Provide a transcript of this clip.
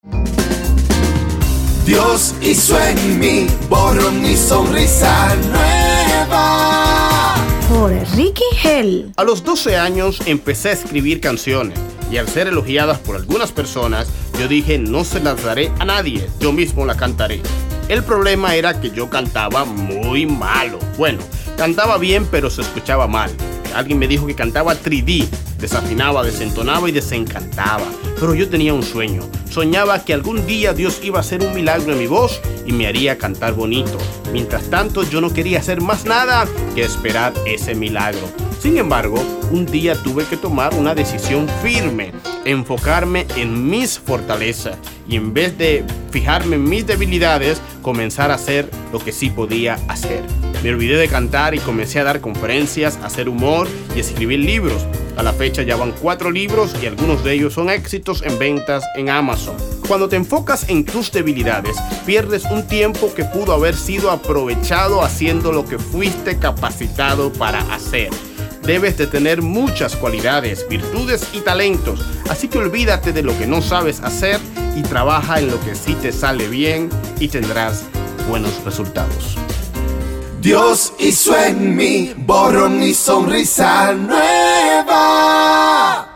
Dios hizo en mí borrón y sonrisa nueva. Por Ricky Hell. A los 12 años empecé a escribir canciones y al ser elogiadas por algunas personas, yo dije no se las daré a nadie, yo mismo la cantaré. El problema era que yo cantaba muy malo. Bueno, cantaba bien pero se escuchaba mal. Alguien me dijo que cantaba 3D, desafinaba, desentonaba y desencantaba. Pero yo tenía un sueño. Soñaba que algún día Dios iba a hacer un milagro en mi voz y me haría cantar bonito. Mientras tanto, yo no quería hacer más nada que esperar ese milagro. Sin embargo, un día tuve que tomar una decisión firme, enfocarme en mis fortalezas y en vez de fijarme en mis debilidades, comenzar a hacer lo que sí podía hacer. Me olvidé de cantar y comencé a dar conferencias, a hacer humor y escribir libros. A la fecha ya van 4 libros y algunos de ellos son éxitos en ventas en Amazon. Cuando te enfocas en tus debilidades, pierdes un tiempo que pudo haber sido aprovechado haciendo lo que fuiste capacitado para hacer. Debes de tener muchas cualidades, virtudes y talentos, así que olvídate de lo que no sabes hacer y trabaja en lo que sí te sale bien y tendrás buenos resultados. Dios hizo en mí borrón y sonrisa nueva.